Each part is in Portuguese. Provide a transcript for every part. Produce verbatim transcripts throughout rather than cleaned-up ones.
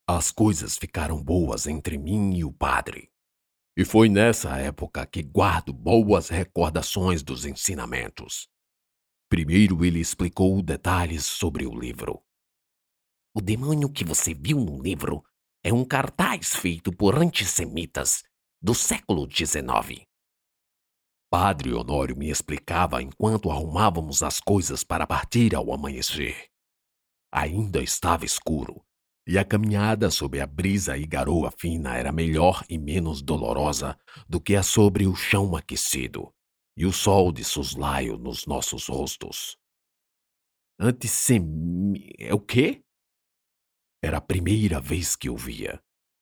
As coisas ficaram boas entre mim e o padre. E foi nessa época que guardo boas recordações dos ensinamentos. Primeiro ele explicou detalhes sobre o livro. O demônio que você viu no livro é um cartaz feito por antissemitas do século dezenove. Padre Honório me explicava enquanto arrumávamos as coisas para partir ao amanhecer. Ainda estava escuro, e a caminhada sob a brisa e garoa fina era melhor e menos dolorosa do que a sobre o chão aquecido e o sol de soslaio nos nossos rostos. Antissemi... É o quê? Era a primeira vez que eu via.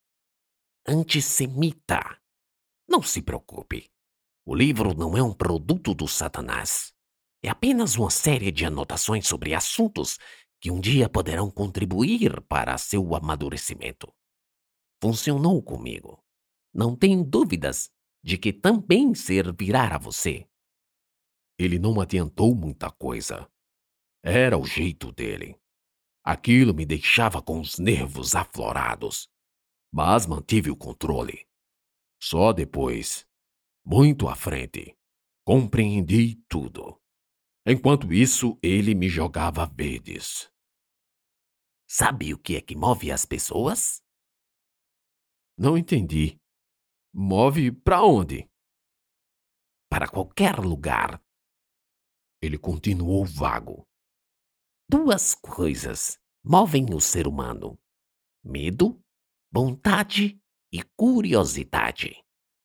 Antissemita. Não se preocupe. O livro não é um produto do Satanás. É apenas uma série de anotações sobre assuntos que um dia poderão contribuir para seu amadurecimento. Funcionou comigo. Não tenho dúvidas de que também servirá a você. Ele não adiantou muita coisa. Era o jeito dele. Aquilo me deixava com os nervos aflorados, mas mantive o controle. Só depois, muito à frente, compreendi tudo. Enquanto isso, ele me jogava verdes. Sabe o que é que move as pessoas? Não entendi. Move pra onde? Para qualquer lugar. Ele continuou vago. Duas coisas movem o ser humano: medo, vontade e curiosidade.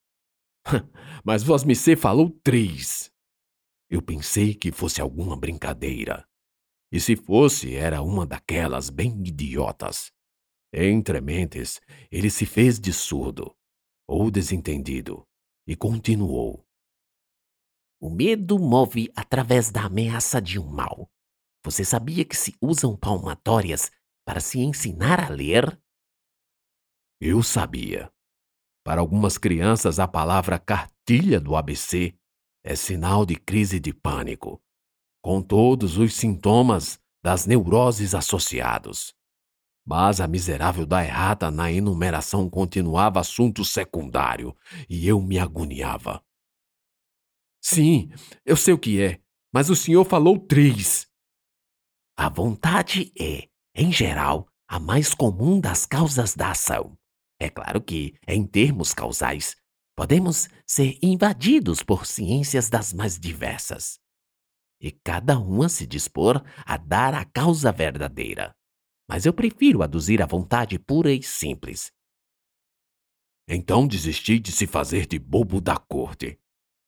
Mas Vosmecê falou três. Eu pensei que fosse alguma brincadeira. E se fosse, era uma daquelas bem idiotas. Entre mentes, ele se fez de surdo, ou desentendido, e continuou. O medo move através da ameaça de um mal. Você sabia que se usam palmatórias para se ensinar a ler? Eu sabia. Para algumas crianças, a palavra cartilha do A B C é sinal de crise de pânico, com todos os sintomas das neuroses associados. Mas a miserável da errata na enumeração continuava assunto secundário e eu me agoniava. Sim, eu sei o que é, mas o senhor falou três. A vontade é, em geral, a mais comum das causas da ação. É claro que, em termos causais, podemos ser invadidos por ciências das mais diversas. E cada uma se dispor a dar a causa verdadeira. Mas eu prefiro aduzir a vontade pura e simples. Então desisti de se fazer de bobo da corte.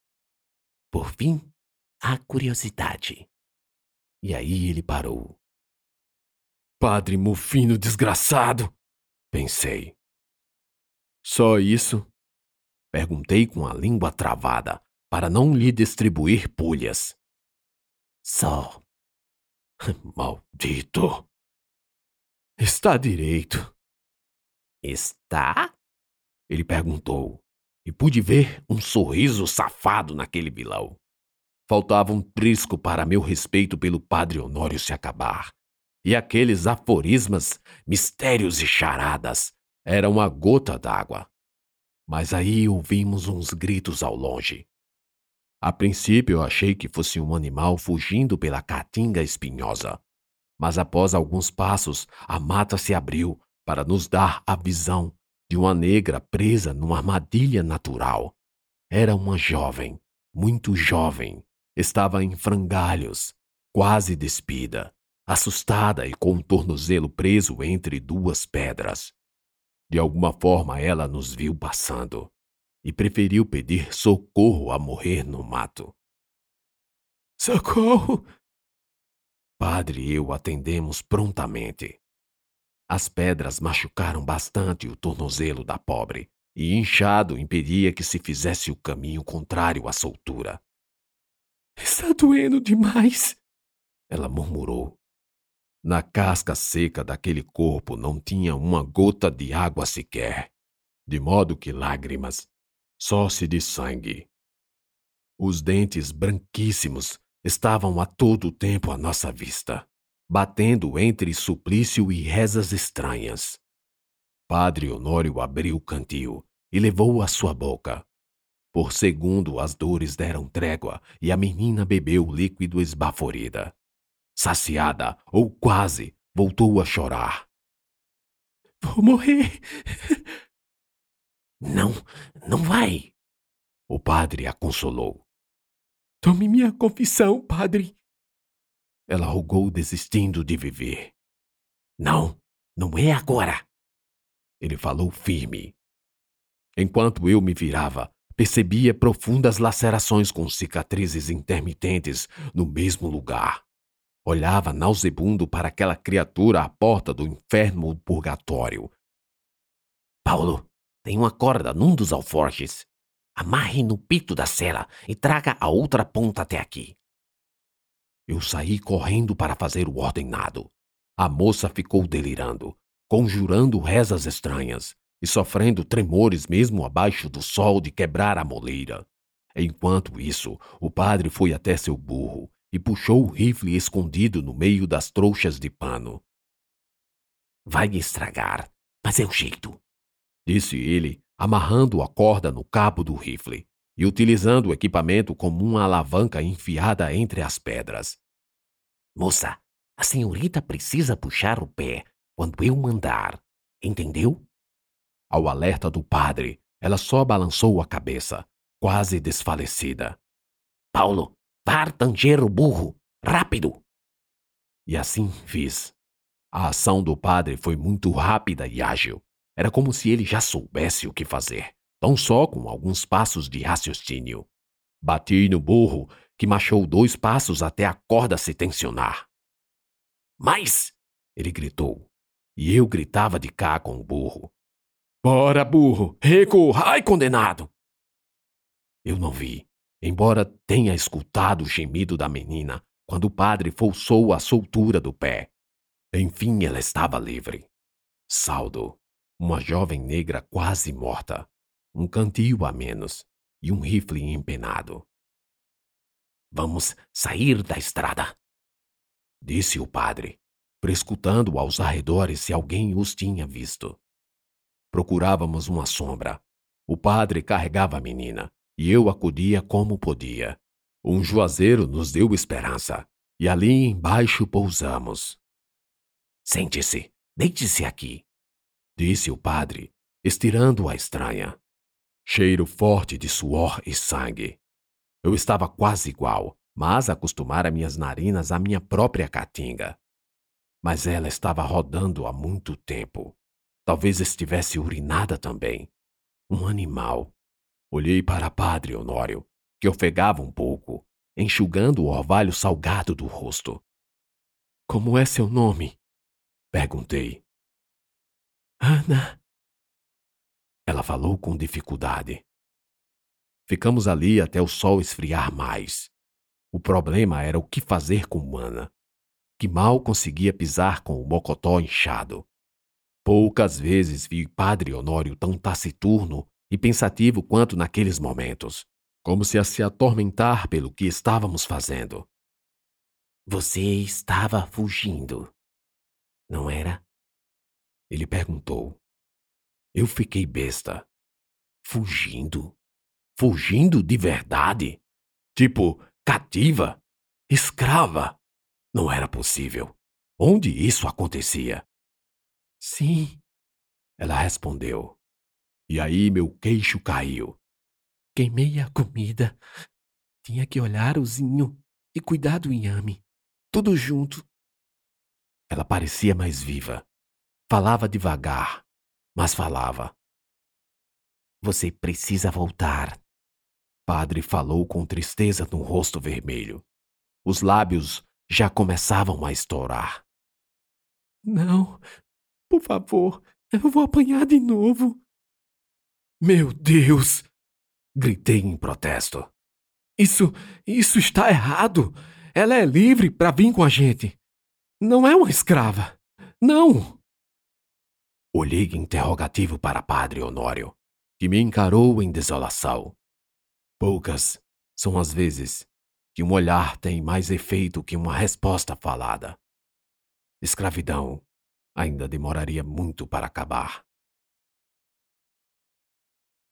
Por fim, a curiosidade. E aí ele parou. Padre Mufino desgraçado, pensei. Só isso? Perguntei com a língua travada, para não lhe distribuir pulhas. Só. Maldito! Está direito. Está? Ele perguntou, e pude ver um sorriso safado naquele vilão. Faltava um trisco para meu respeito pelo padre Honório se acabar. E aqueles aforismas, mistérios e charadas eram a gota d'água. Mas aí ouvimos uns gritos ao longe. A princípio eu achei que fosse um animal fugindo pela caatinga espinhosa. Mas após alguns passos, a mata se abriu para nos dar a visão de uma negra presa numa armadilha natural. Era uma jovem, muito jovem. Estava em frangalhos, quase despida, assustada e com o tornozelo preso entre duas pedras. De alguma forma ela nos viu passando e preferiu pedir socorro a morrer no mato. Socorro! Padre e eu atendemos prontamente. As pedras machucaram bastante o tornozelo da pobre e inchado impedia que se fizesse o caminho contrário à soltura. Está doendo demais, ela murmurou. Na casca seca daquele corpo não tinha uma gota de água sequer, de modo que lágrimas, só-se de sangue. Os dentes branquíssimos estavam a todo o tempo à nossa vista, batendo entre suplício e rezas estranhas. Padre Honório abriu o cantil e levou-o à sua boca. Por segundo as dores deram trégua e a menina bebeu o líquido esbaforida. Saciada, ou quase, voltou a chorar. Vou morrer. Não, não vai. O padre a consolou. Tome minha confissão, padre. Ela rogou, desistindo de viver. Não, não é agora. Ele falou firme. Enquanto eu me virava, percebia profundas lacerações com cicatrizes intermitentes no mesmo lugar. Olhava nausebundo para aquela criatura à porta do inferno ou purgatório. Paulo, tem uma corda num dos alforjes. Amarre no pito da cela e traga a outra ponta até aqui. Eu saí correndo para fazer o ordenado. A moça ficou delirando, conjurando rezas estranhas e sofrendo tremores mesmo abaixo do sol de quebrar a moleira. Enquanto isso, o padre foi até seu burro e puxou o rifle escondido no meio das trouxas de pano. Vai estragar, mas é o jeito, disse ele, amarrando a corda no cabo do rifle e utilizando o equipamento como uma alavanca enfiada entre as pedras. Moça, a senhorita precisa puxar o pé quando eu mandar, entendeu? Ao alerta do padre, ela só balançou a cabeça, quase desfalecida. Paulo, vá tanger o burro, rápido! E assim fiz. A ação do padre foi muito rápida e ágil. Era como se ele já soubesse o que fazer, tão só com alguns passos de raciocínio. Bati no burro, que marchou dois passos até a corda se tensionar. Mais! Ele gritou, e eu gritava de cá com o burro. Bora, burro! Recua! Ai, condenado! Eu não vi, embora tenha escutado o gemido da menina quando o padre forçou a soltura do pé. Enfim, ela estava livre. Saldo, uma jovem negra quase morta, um cantil a menos e um rifle empenado. Vamos sair da estrada, disse o padre, prescutando aos arredores se alguém os tinha visto. Procurávamos uma sombra. O padre carregava a menina e eu acudia como podia. Um juazeiro nos deu esperança e ali embaixo pousamos. Sente-se, deite-se aqui, disse o padre, estirando a estranha. Cheiro forte de suor e sangue. Eu estava quase igual, mas acostumara minhas narinas à minha própria caatinga. Mas ela estava rodando há muito tempo. Talvez estivesse urinada também. Um animal. Olhei para Padre Honório, que ofegava um pouco, enxugando o orvalho salgado do rosto. Como é seu nome? Perguntei. Ana. Ela falou com dificuldade. Ficamos ali até o sol esfriar mais. O problema era o que fazer com Ana, que mal conseguia pisar com o mocotó inchado. Poucas vezes vi Padre Honório tão taciturno e pensativo quanto naqueles momentos, como se a se atormentar pelo que estávamos fazendo. Você estava fugindo, não era? Ele perguntou. Eu fiquei besta. Fugindo? Fugindo de verdade? Tipo, cativa? Escrava? Não era possível. Onde isso acontecia? Sim, ela respondeu. E aí meu queixo caiu. Queimei a comida. Tinha que olhar o zinho e cuidar do inhame. Tudo junto. Ela parecia mais viva. Falava devagar, mas falava. Você precisa voltar. Padre falou com tristeza no rosto vermelho. Os lábios já começavam a estourar. Não, por favor, eu vou apanhar de novo. Meu Deus! Gritei em protesto. Isso, isso está errado. Ela é livre para vir com a gente. Não é uma escrava. Não! Olhei interrogativo para Padre Honório, que me encarou em desolação. Poucas são as vezes que um olhar tem mais efeito que uma resposta falada. Escravidão ainda demoraria muito para acabar.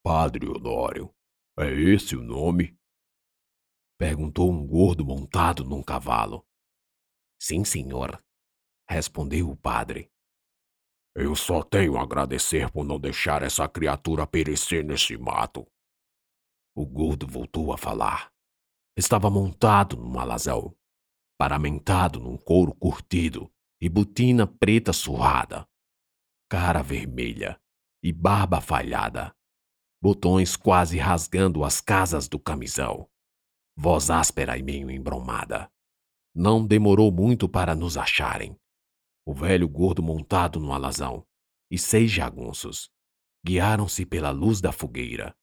Padre Honório, é esse o nome? Perguntou um gordo montado num cavalo. Sim, senhor, respondeu o padre. Eu só tenho a agradecer por não deixar essa criatura perecer nesse mato. O gordo voltou a falar. Estava montado num alazão, paramentado num couro curtido e botina preta surrada, cara vermelha e barba falhada, botões quase rasgando as casas do camisão, voz áspera e meio embromada. Não demorou muito para nos acharem. O velho gordo montado no alazão e seis jagunços guiaram-se pela luz da fogueira.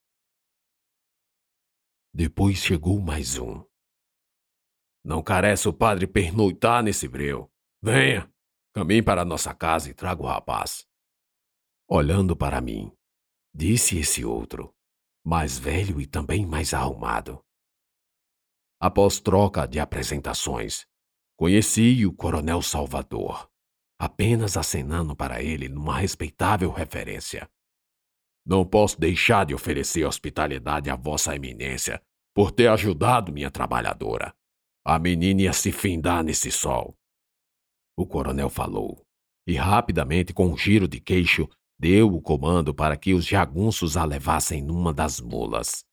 Depois chegou mais um. Não carece o padre pernoitar nesse breu. Venha, caminhe para nossa casa e traga o rapaz. Olhando para mim, disse esse outro, mais velho e também mais arrumado. Após troca de apresentações, conheci o Coronel Salvador, apenas acenando para ele numa respeitável referência. Não posso deixar de oferecer hospitalidade à Vossa Eminência por ter ajudado minha trabalhadora. A menina ia se findar nesse sol. O coronel falou, e rapidamente, com um giro de queixo, deu o comando para que os jagunços a levassem numa das mulas.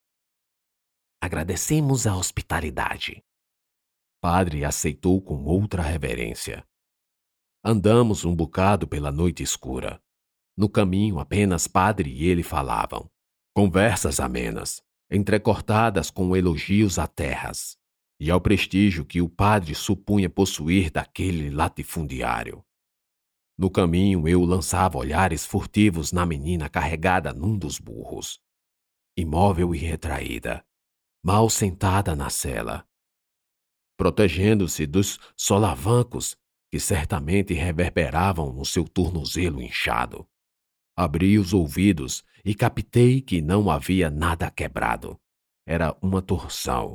Agradecemos a hospitalidade. Padre aceitou com outra reverência. Andamos um bocado pela noite escura. No caminho, apenas padre e ele falavam. Conversas amenas, entrecortadas com elogios a terras e ao prestígio que o padre supunha possuir daquele latifundiário. No caminho, eu lançava olhares furtivos na menina carregada num dos burros, imóvel e retraída, mal sentada na sela, protegendo-se dos solavancos que certamente reverberavam no seu tornozelo inchado. Abri os ouvidos e captei que não havia nada quebrado. Era uma torção.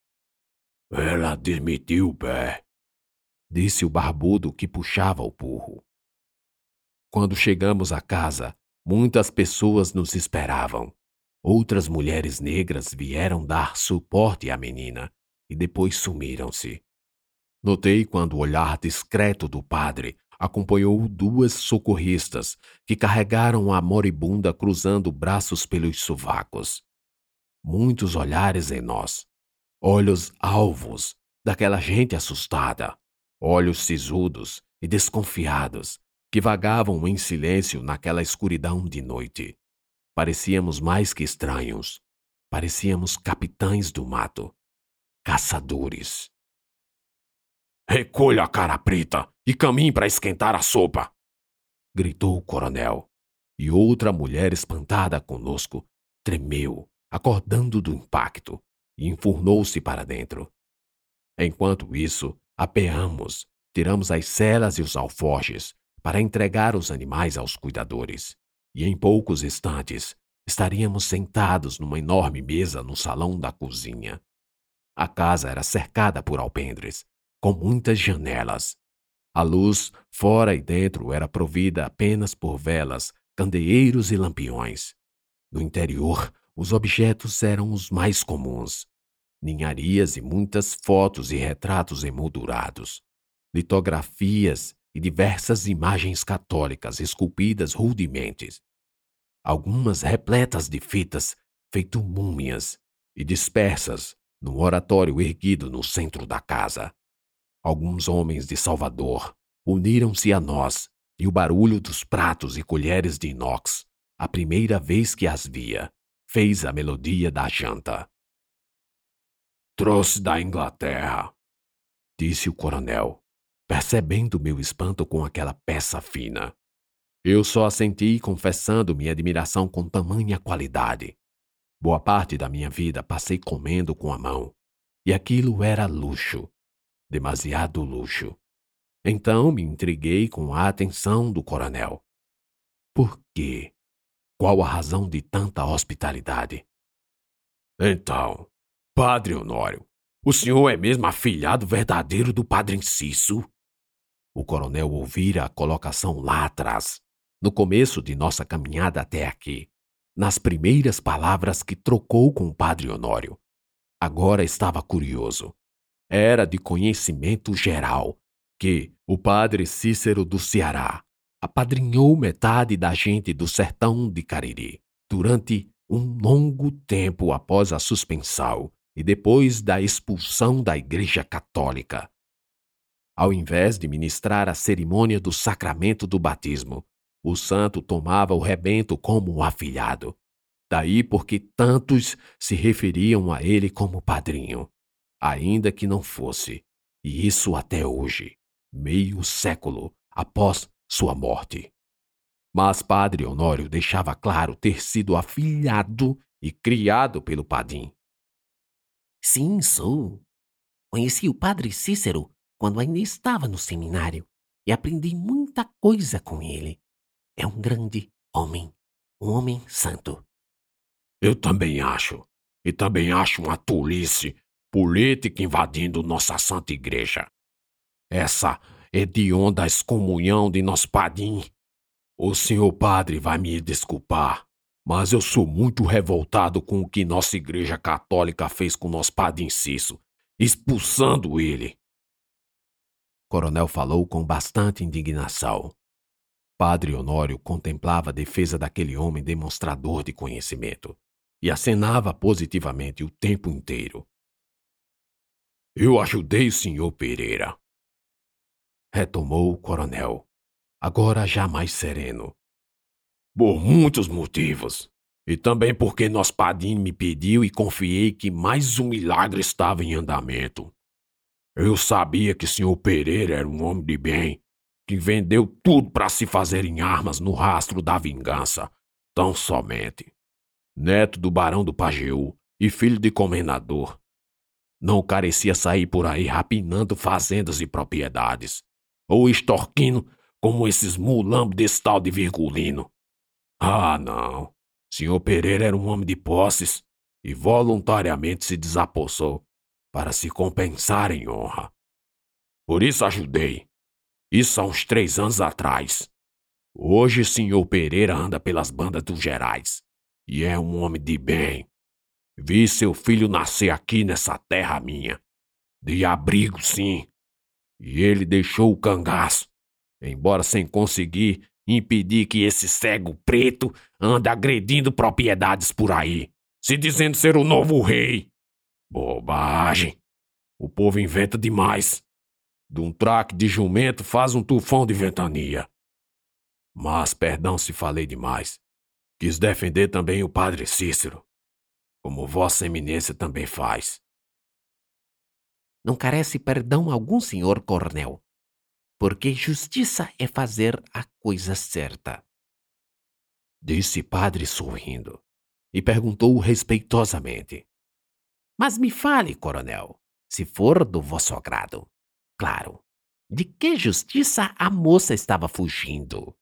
Ela desmentiu o pé, disse o barbudo que puxava o burro. Quando chegamos à casa, muitas pessoas nos esperavam. Outras mulheres negras vieram dar suporte à menina e depois sumiram-se. Notei quando o olhar discreto do padre acompanhou duas socorristas que carregaram a moribunda cruzando braços pelos sovacos. Muitos olhares em nós, olhos alvos daquela gente assustada, olhos sisudos e desconfiados que vagavam em silêncio naquela escuridão de noite. Parecíamos mais que estranhos, parecíamos capitães do mato, caçadores. Recolha a cara preta e caminhe para esquentar a sopa! Gritou o coronel, e outra mulher espantada conosco tremeu, acordando do impacto, e enfurnou-se para dentro. Enquanto isso, apeamos, tiramos as celas e os alforjes para entregar os animais aos cuidadores, e em poucos instantes estaríamos sentados numa enorme mesa no salão da cozinha. A casa era cercada por alpendres, com muitas janelas. A luz, fora e dentro, era provida apenas por velas, candeeiros e lampiões. No interior, os objetos eram os mais comuns. Ninharias e muitas fotos e retratos emoldurados, litografias e diversas imagens católicas esculpidas rudemente. Algumas repletas de fitas, feito múmias, e dispersas num oratório erguido no centro da casa. Alguns homens de Salvador uniram-se a nós, e o barulho dos pratos e colheres de inox, a primeira vez que as via, fez a melodia da janta. Trouxe da Inglaterra, disse o coronel, percebendo meu espanto com aquela peça fina. Eu só assenti confessando minha admiração com tamanha qualidade. Boa parte da minha vida passei comendo com a mão, e aquilo era luxo. Demasiado luxo. Então me intriguei com a atenção do coronel. Por quê? Qual a razão de tanta hospitalidade? Então, Padre Honório, o senhor é mesmo afilhado verdadeiro do Padre Inciso? O coronel ouvira a colocação lá atrás, no começo de nossa caminhada até aqui, nas primeiras palavras que trocou com o padre Honório. Agora estava curioso. Era de conhecimento geral que o padre Cícero do Ceará apadrinhou metade da gente do sertão de Cariri durante um longo tempo após a suspensão e depois da expulsão da Igreja Católica. Ao invés de ministrar a cerimônia do sacramento do batismo, o santo tomava o rebento como um afilhado. Daí porque tantos se referiam a ele como padrinho, ainda que não fosse, e isso até hoje, meio século após sua morte. Mas padre Honório deixava claro ter sido afilhado e criado pelo Padim. Sim, sou. Conheci o padre Cícero quando ainda estava no seminário e aprendi muita coisa com ele. É um grande homem, um homem santo. Eu também acho. E também acho uma tolice política invadindo nossa Santa Igreja. Essa hedionda excomunhão de nosso Padim. O senhor padre vai me desculpar, mas eu sou muito revoltado com o que nossa Igreja Católica fez com nosso Padim Cício, expulsando ele. Coronel falou com bastante indignação. Padre Honório contemplava a defesa daquele homem demonstrador de conhecimento e acenava positivamente o tempo inteiro. Eu ajudei o senhor Pereira, retomou o coronel, agora já mais sereno. Por muitos motivos. E também porque nosso Padim me pediu e confiei que mais um milagre estava em andamento. Eu sabia que o senhor Pereira era um homem de bem, que vendeu tudo para se fazer em armas no rastro da vingança, tão somente. Neto do barão do Pajeú e filho de comendador. Não carecia sair por aí rapinando fazendas e propriedades, ou extorquindo como esses mulambos desse tal de Virgulino. Ah, não. Senhor Pereira era um homem de posses e voluntariamente se desapossou para se compensar em honra. Por isso ajudei. Isso há uns três anos atrás. Hoje o senhor Pereira anda pelas bandas dos Gerais e é um homem de bem. Vi seu filho nascer aqui nessa terra minha, de abrigo sim, e ele deixou o cangaço, embora sem conseguir impedir que esse cego preto ande agredindo propriedades por aí, se dizendo ser o novo rei. Bobagem! O povo inventa demais. De um traque de jumento faz um tufão de ventania. Mas, perdão se falei demais, quis defender também o padre Cícero, como Vossa Eminência também faz. Não carece perdão algum, senhor coronel, porque justiça é fazer a coisa certa. Disse padre sorrindo, e perguntou respeitosamente. Mas me fale, coronel, se for do vosso agrado, claro, de que justiça a moça estava fugindo?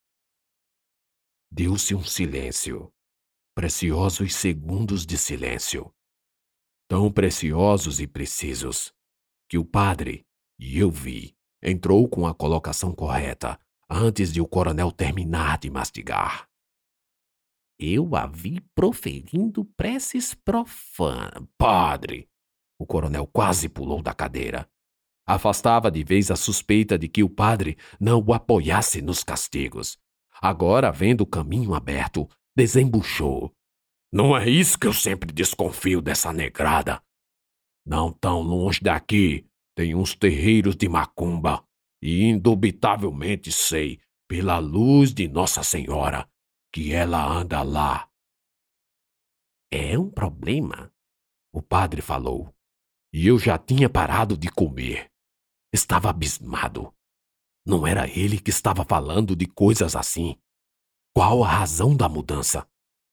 Deu-se um silêncio, preciosos segundos de silêncio, tão preciosos e precisos, que o padre, e eu vi, entrou com a colocação correta antes de o coronel terminar de mastigar. Eu a vi proferindo preces profanas. Padre! O coronel quase pulou da cadeira. Afastava de vez a suspeita de que o padre não o apoiasse nos castigos. Agora, vendo o caminho aberto, desembuchou. Não é isso que eu sempre desconfio dessa negrada. Não tão longe daqui, tem uns terreiros de macumba, e indubitavelmente sei, pela luz de Nossa Senhora, que ela anda lá. É um problema, o padre falou, e eu já tinha parado de comer. Estava abismado. Não era ele que estava falando de coisas assim. Qual a razão da mudança?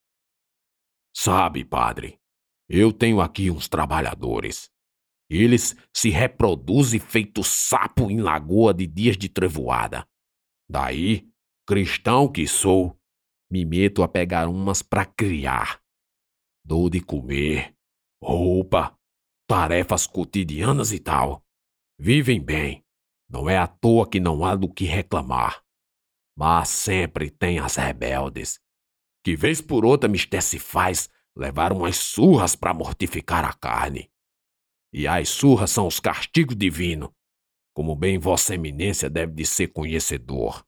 Sabe, padre, eu tenho aqui uns trabalhadores. Eles se reproduzem feito sapo em lagoa de dias de trevoada. Daí, cristão que sou, me meto a pegar umas para criar. Dou de comer, roupa, tarefas cotidianas e tal. Vivem bem. Não é à toa que não há do que reclamar. Mas sempre tem as rebeldes, que vez por outra me se faz levar umas surras para mortificar a carne. E as surras são os castigos divinos, como bem Vossa Eminência deve de ser conhecedor.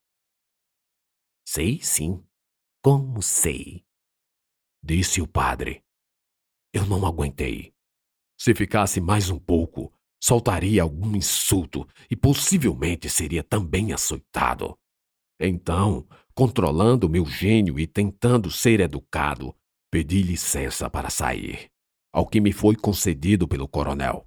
Sei sim, como sei, disse o padre. Eu não aguentei. Se ficasse mais um pouco, soltaria algum insulto e possivelmente seria também açoitado. Então, controlando meu gênio e tentando ser educado, pedi licença para sair, ao que me foi concedido pelo coronel.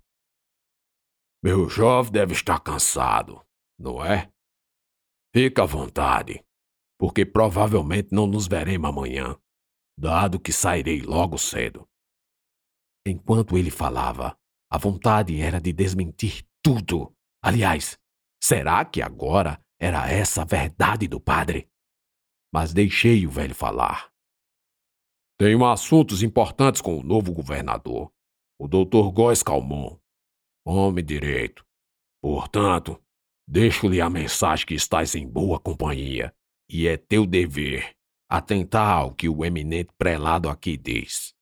Meu jovem deve estar cansado, não é? Fica à vontade, porque provavelmente não nos veremos amanhã, dado que sairei logo cedo. Enquanto ele falava, a vontade era de desmentir tudo. Aliás, será que agora era essa a verdade do padre? Mas deixei o velho falar. Tenho assuntos importantes com o novo governador, o doutor Góes Calmon, homem direito. Portanto, deixo-lhe a mensagem que estás em boa companhia, e é teu dever atentar ao que o eminente prelado aqui diz.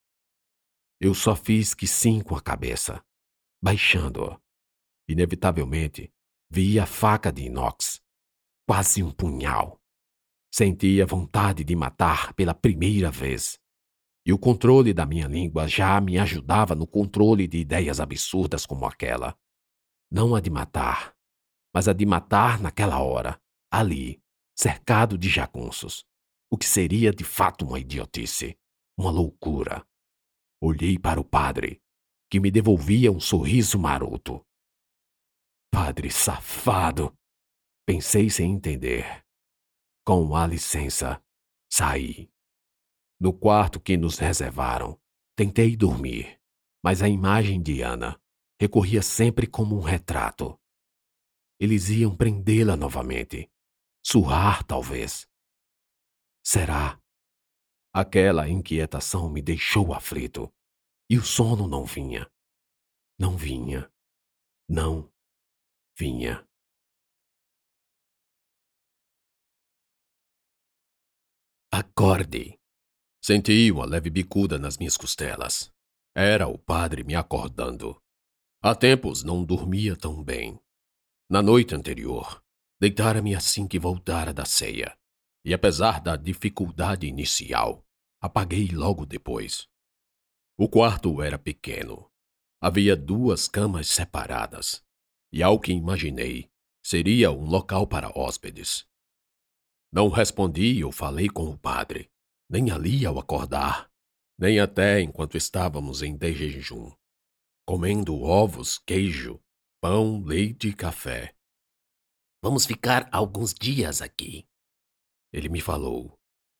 Eu só fiz que sim com a cabeça, baixando-a. Inevitavelmente, vi a faca de inox, quase um punhal. Senti a vontade de matar pela primeira vez. E o controle da minha língua já me ajudava no controle de ideias absurdas como aquela. Não a de matar, mas a de matar naquela hora, ali, cercado de jagunços. O que seria de fato uma idiotice, uma loucura. Olhei para o padre, que me devolvia um sorriso maroto. Padre safado! Pensei sem entender. Com a licença, saí. No quarto que nos reservaram, tentei dormir, mas a imagem de Ana recorria sempre como um retrato. Eles iam prendê-la novamente. Surrar, talvez. Será? Aquela inquietação me deixou aflito. E o sono não vinha. Não vinha. Não vinha. Acorde! Senti uma leve bicuda nas minhas costelas. Era o padre me acordando. Há tempos não dormia tão bem. Na noite anterior, deitara-me assim que voltara da ceia. E apesar da dificuldade inicial, apaguei logo depois. O quarto era pequeno. Havia duas camas separadas. E ao que imaginei, seria um local para hóspedes. Não respondi ou falei com o padre, nem ali ao acordar, nem até enquanto estávamos em de jejum, comendo ovos, queijo, pão, leite e café. Vamos ficar alguns dias aqui, ele me falou.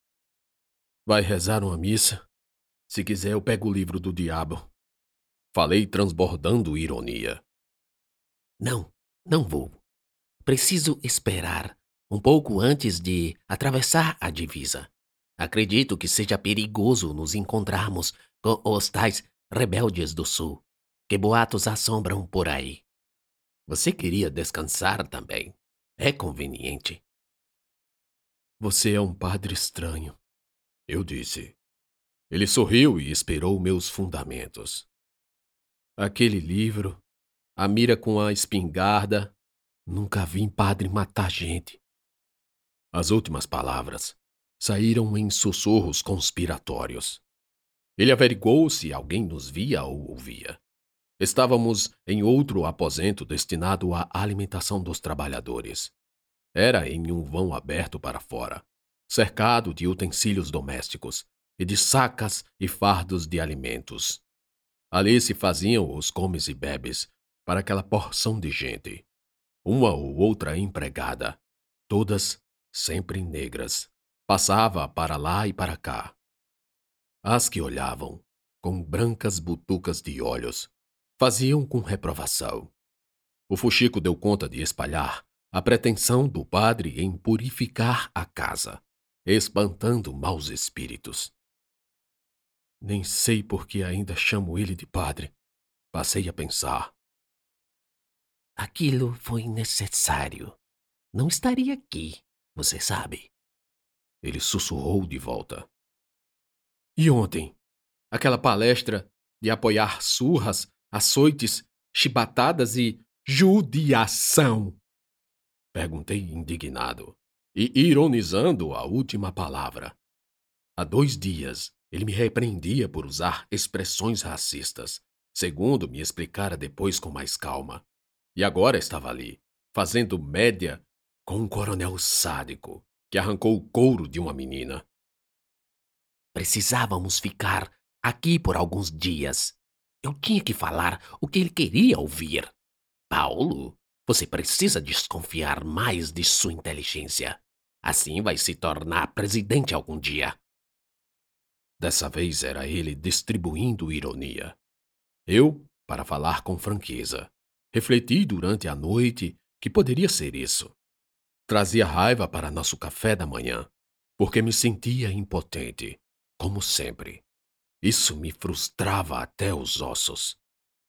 Vai rezar uma missa? Se quiser, eu pego o livro do diabo. Falei transbordando ironia. Não, não vou. Preciso esperar um pouco antes de atravessar a divisa. Acredito que seja perigoso nos encontrarmos com os tais rebeldes do sul, que boatos assombram por aí. Você queria descansar também. É conveniente. Você é um padre estranho, eu disse. Ele sorriu e esperou meus fundamentos. Aquele livro, a mira com a espingarda, nunca vi padre matar gente. As últimas palavras saíram em sussurros conspiratórios. Ele averigou se alguém nos via ou ouvia. Estávamos em outro aposento destinado à alimentação dos trabalhadores. Era em um vão aberto para fora, cercado de utensílios domésticos e de sacas e fardos de alimentos. Ali se faziam os comes e bebes para aquela porção de gente. Uma ou outra empregada, todas sempre negras, passava para lá e para cá. As que olhavam, com brancas butucas de olhos, faziam com reprovação. O fuxico deu conta de espalhar a pretensão do padre em purificar a casa, espantando maus espíritos. Nem sei por que ainda chamo ele de padre. Passei a pensar. Aquilo foi necessário. Não estaria aqui, você sabe. Ele sussurrou de volta. E ontem? Aquela palestra de apoiar surras, açoites, chibatadas e judiação? Perguntei indignado e ironizando a última palavra. Há dois dias ele me repreendia por usar expressões racistas, segundo me explicara depois com mais calma. E agora estava ali, fazendo média com um coronel sádico que arrancou o couro de uma menina. Precisávamos ficar aqui por alguns dias. Eu tinha que falar o que ele queria ouvir. Paulo, você precisa desconfiar mais de sua inteligência. Assim vai se tornar presidente algum dia. Dessa vez era ele distribuindo ironia. Eu, para falar com franqueza, refleti durante a noite que poderia ser isso. Trazia raiva para nosso café da manhã, porque me sentia impotente, como sempre. Isso me frustrava até os ossos.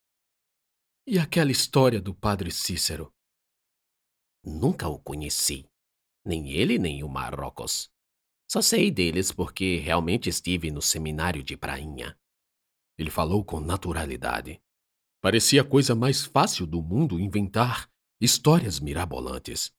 E aquela história do padre Cícero? Nunca o conheci. Nem ele, nem o Marrocos. Só sei deles porque realmente estive no seminário de Prainha. Ele falou com naturalidade. Parecia a coisa mais fácil do mundo inventar histórias mirabolantes.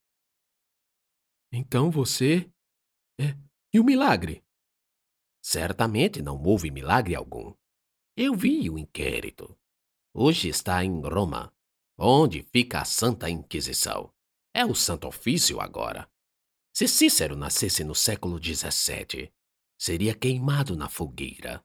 Então você. É. E o milagre? Certamente não houve milagre algum. Eu vi o inquérito. Hoje está em Roma, onde fica a Santa Inquisição. É o Santo Ofício agora. Se Cícero nascesse no século dezessete, seria queimado na fogueira.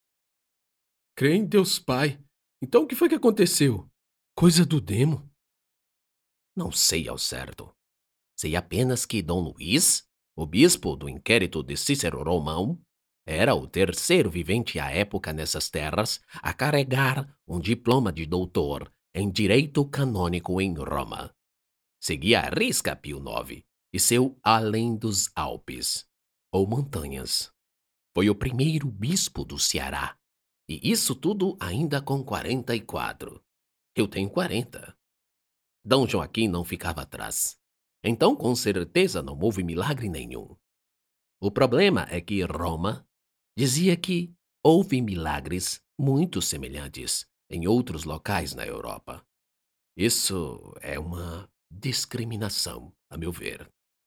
Crê em Deus Pai. Então o que foi que aconteceu? Coisa do demo? Não sei ao certo. Sei apenas que Dom Luís, o bispo do inquérito de Cícero Romão, era o terceiro vivente à época nessas terras a carregar um diploma de doutor em direito canônico em Roma. Seguia à risca Pio nono e seu Além dos Alpes, ou montanhas. Foi o primeiro bispo do Ceará. E isso tudo ainda com quarenta e quatro. Eu tenho quarenta. Dom Joaquim não ficava atrás. Então, com certeza, não houve milagre nenhum. O problema é que Roma dizia que houve milagres muito semelhantes em outros locais na Europa. Isso é uma discriminação, a meu ver.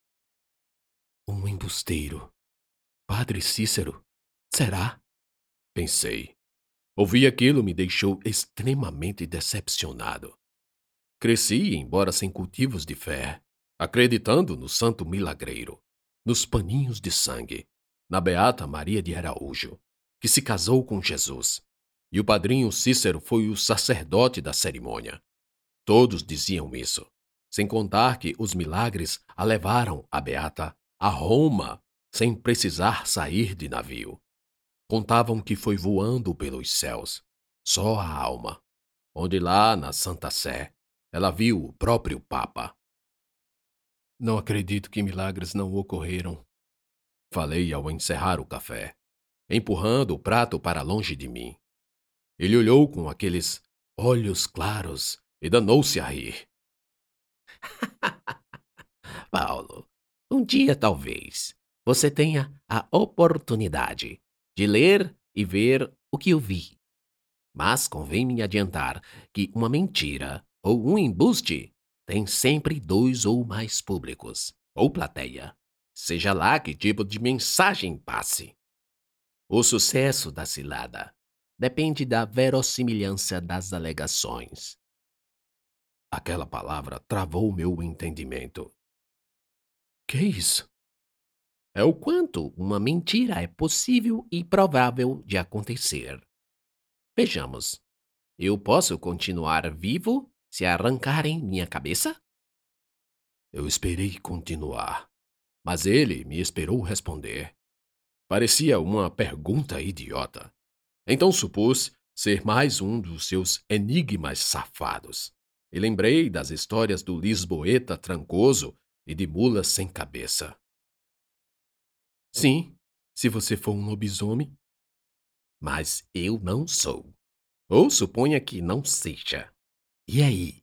Um embusteiro. Padre Cícero? Será? Pensei. Ouvir aquilo me deixou extremamente decepcionado. Cresci, embora sem cultivos de fé, acreditando no santo milagreiro, nos paninhos de sangue, na beata Maria de Araújo, que se casou com Jesus, e o padrinho Cícero foi o sacerdote da cerimônia. Todos diziam isso, sem contar que os milagres a levaram a beata a Roma sem precisar sair de navio. Contavam que foi voando pelos céus, só a alma, onde lá na Santa Sé ela viu o próprio Papa. Não acredito que milagres não ocorreram, falei ao encerrar o café, empurrando o prato para longe de mim. Ele olhou com aqueles olhos claros e danou-se a rir. Paulo, um dia talvez você tenha a oportunidade de ler e ver o que eu vi. Mas convém me adiantar que uma mentira ou um embuste tem sempre dois ou mais públicos, ou plateia, seja lá que tipo de mensagem passe. O sucesso da cilada depende da verossimilhança das alegações. Aquela palavra travou meu entendimento. Que é isso? É o quanto uma mentira é possível e provável de acontecer. Vejamos. Eu posso continuar vivo se arrancarem minha cabeça? Eu esperei continuar, mas ele me esperou responder. Parecia uma pergunta idiota. Então supus ser mais um dos seus enigmas safados. E lembrei das histórias do Lisboeta trancoso e de mulas sem cabeça. Sim, se você for um lobisomem. Mas eu não sou. Ou suponha que não seja. E aí?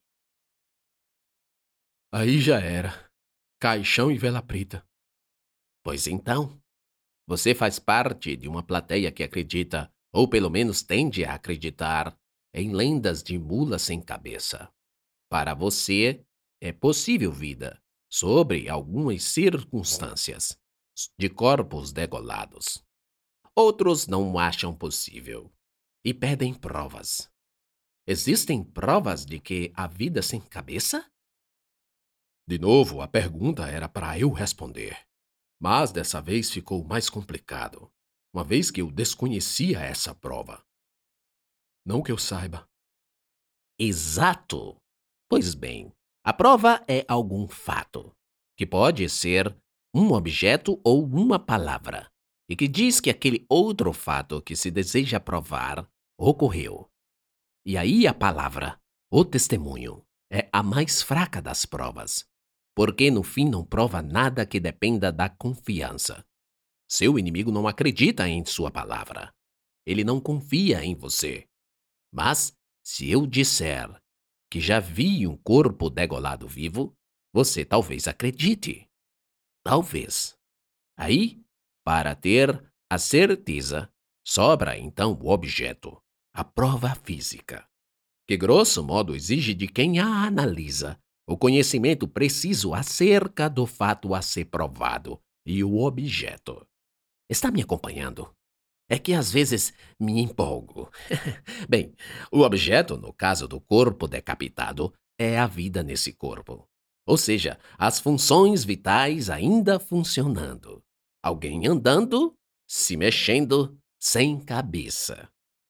Aí já era. Caixão e vela preta. Pois então, Você faz parte de uma plateia que acredita, ou pelo menos tende a acreditar, em lendas de mula sem cabeça. Para você, é possível vida, sobre algumas circunstâncias, de corpos degolados. Outros não acham possível e pedem provas. Existem provas de que há vida sem cabeça? De novo, a pergunta era para eu responder. Mas dessa vez ficou mais complicado, uma vez que eu desconhecia essa prova. Não que eu saiba. Exato! Pois bem, a prova é algum fato, que pode ser um objeto ou uma palavra, e que diz que aquele outro fato que se deseja provar ocorreu. E aí a palavra, o testemunho, é a mais fraca das provas, porque no fim não prova nada que dependa da confiança. Seu inimigo não acredita em sua palavra. Ele não confia em você. Mas, se eu disser que já vi um corpo degolado vivo, você talvez acredite. Talvez. Aí, para ter a certeza, sobra então o objeto, a prova física, que grosso modo exige de quem a analisa o conhecimento preciso acerca do fato a ser provado e o objeto. Está me acompanhando? É que às vezes me empolgo. Bem, o objeto, no caso do corpo decapitado, é a vida nesse corpo. Ou seja, as funções vitais ainda funcionando. Alguém andando, se mexendo, sem cabeça.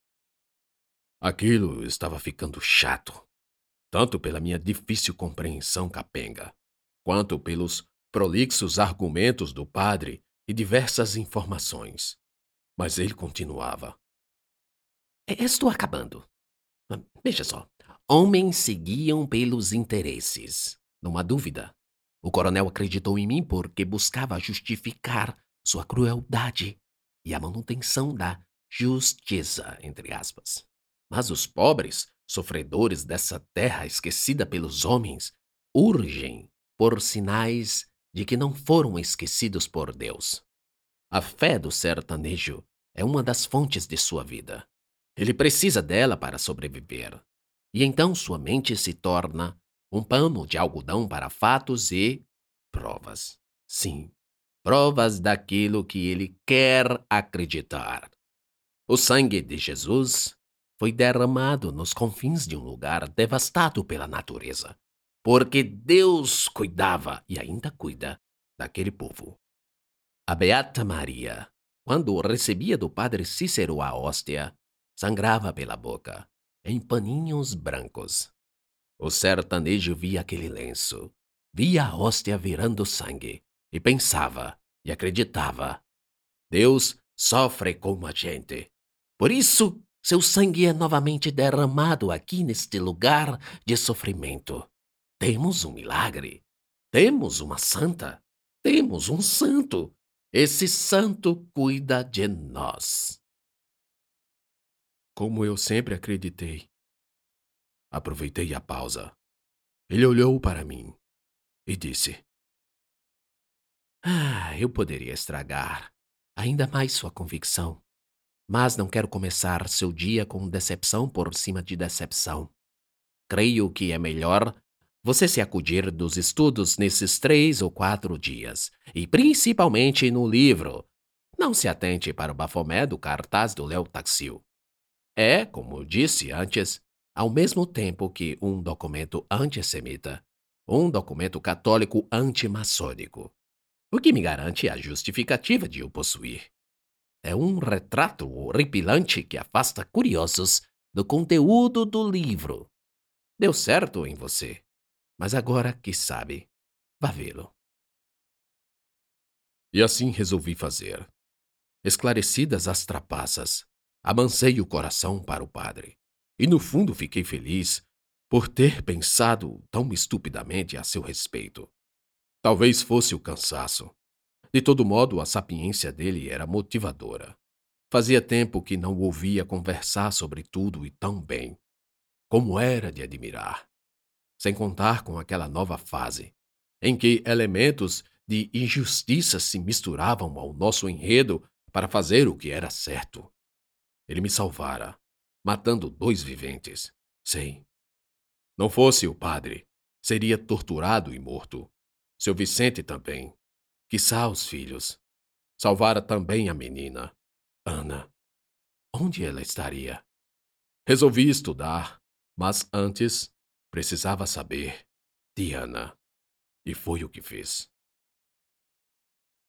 Aquilo estava ficando chato, tanto pela minha difícil compreensão capenga, quanto pelos prolixos argumentos do padre e diversas informações. Mas ele continuava. Estou acabando. Veja só. Homens seguiam pelos interesses. Não há dúvida. O coronel acreditou em mim porque buscava justificar sua crueldade e a manutenção da justiça, entre aspas. Mas os pobres, sofredores dessa terra esquecida pelos homens, urgem por sinais de que não foram esquecidos por Deus. A fé do sertanejo é uma das fontes de sua vida. Ele precisa dela para sobreviver. E então sua mente se torna um pano de algodão para fatos e provas. Sim, provas daquilo que ele quer acreditar. O sangue de Jesus foi derramado nos confins de um lugar devastado pela natureza, porque Deus cuidava e ainda cuida daquele povo. A Beata Maria, quando recebia do padre Cícero a hóstia, sangrava pela boca, em paninhos brancos. O sertanejo via aquele lenço, via a hóstia virando sangue, e pensava, e acreditava: Deus sofre como a gente. Por isso, seu sangue é novamente derramado aqui neste lugar de sofrimento. Temos um milagre. Temos uma santa. Temos um santo. Esse santo cuida de nós. Como eu sempre acreditei. Aproveitei a pausa. Ele olhou para mim e disse: Ah, eu poderia estragar ainda mais sua convicção, mas não quero começar seu dia com decepção por cima de decepção. Creio que é melhor você se acudir dos estudos nesses três ou quatro dias, e principalmente no livro. Não se atente para o bafomé do cartaz do Léo Taxil. É, como disse antes, ao mesmo tempo que um documento antissemita, um documento católico antimaçônico, o que me garante a justificativa de o possuir. É um retrato horripilante que afasta curiosos do conteúdo do livro. Deu certo em você, mas agora que sabe, vá vê-lo. E assim resolvi fazer. Esclarecidas as trapaças, amansei o coração para o padre. E no fundo fiquei feliz por ter pensado tão estupidamente a seu respeito. Talvez fosse o cansaço. De todo modo, a sapiência dele era motivadora. Fazia tempo que não o ouvia conversar sobre tudo e tão bem. Como era de admirar. Sem contar com aquela nova fase, em que elementos de injustiça se misturavam ao nosso enredo para fazer o que era certo. Ele me salvara, matando dois viventes. Sim. Não fosse o padre, seria torturado e morto. Seu Vicente também. Quiçá os filhos. Salvara também a menina, Ana. Onde ela estaria? Resolvi estudar, mas antes precisava saber de Ana. E foi o que fiz.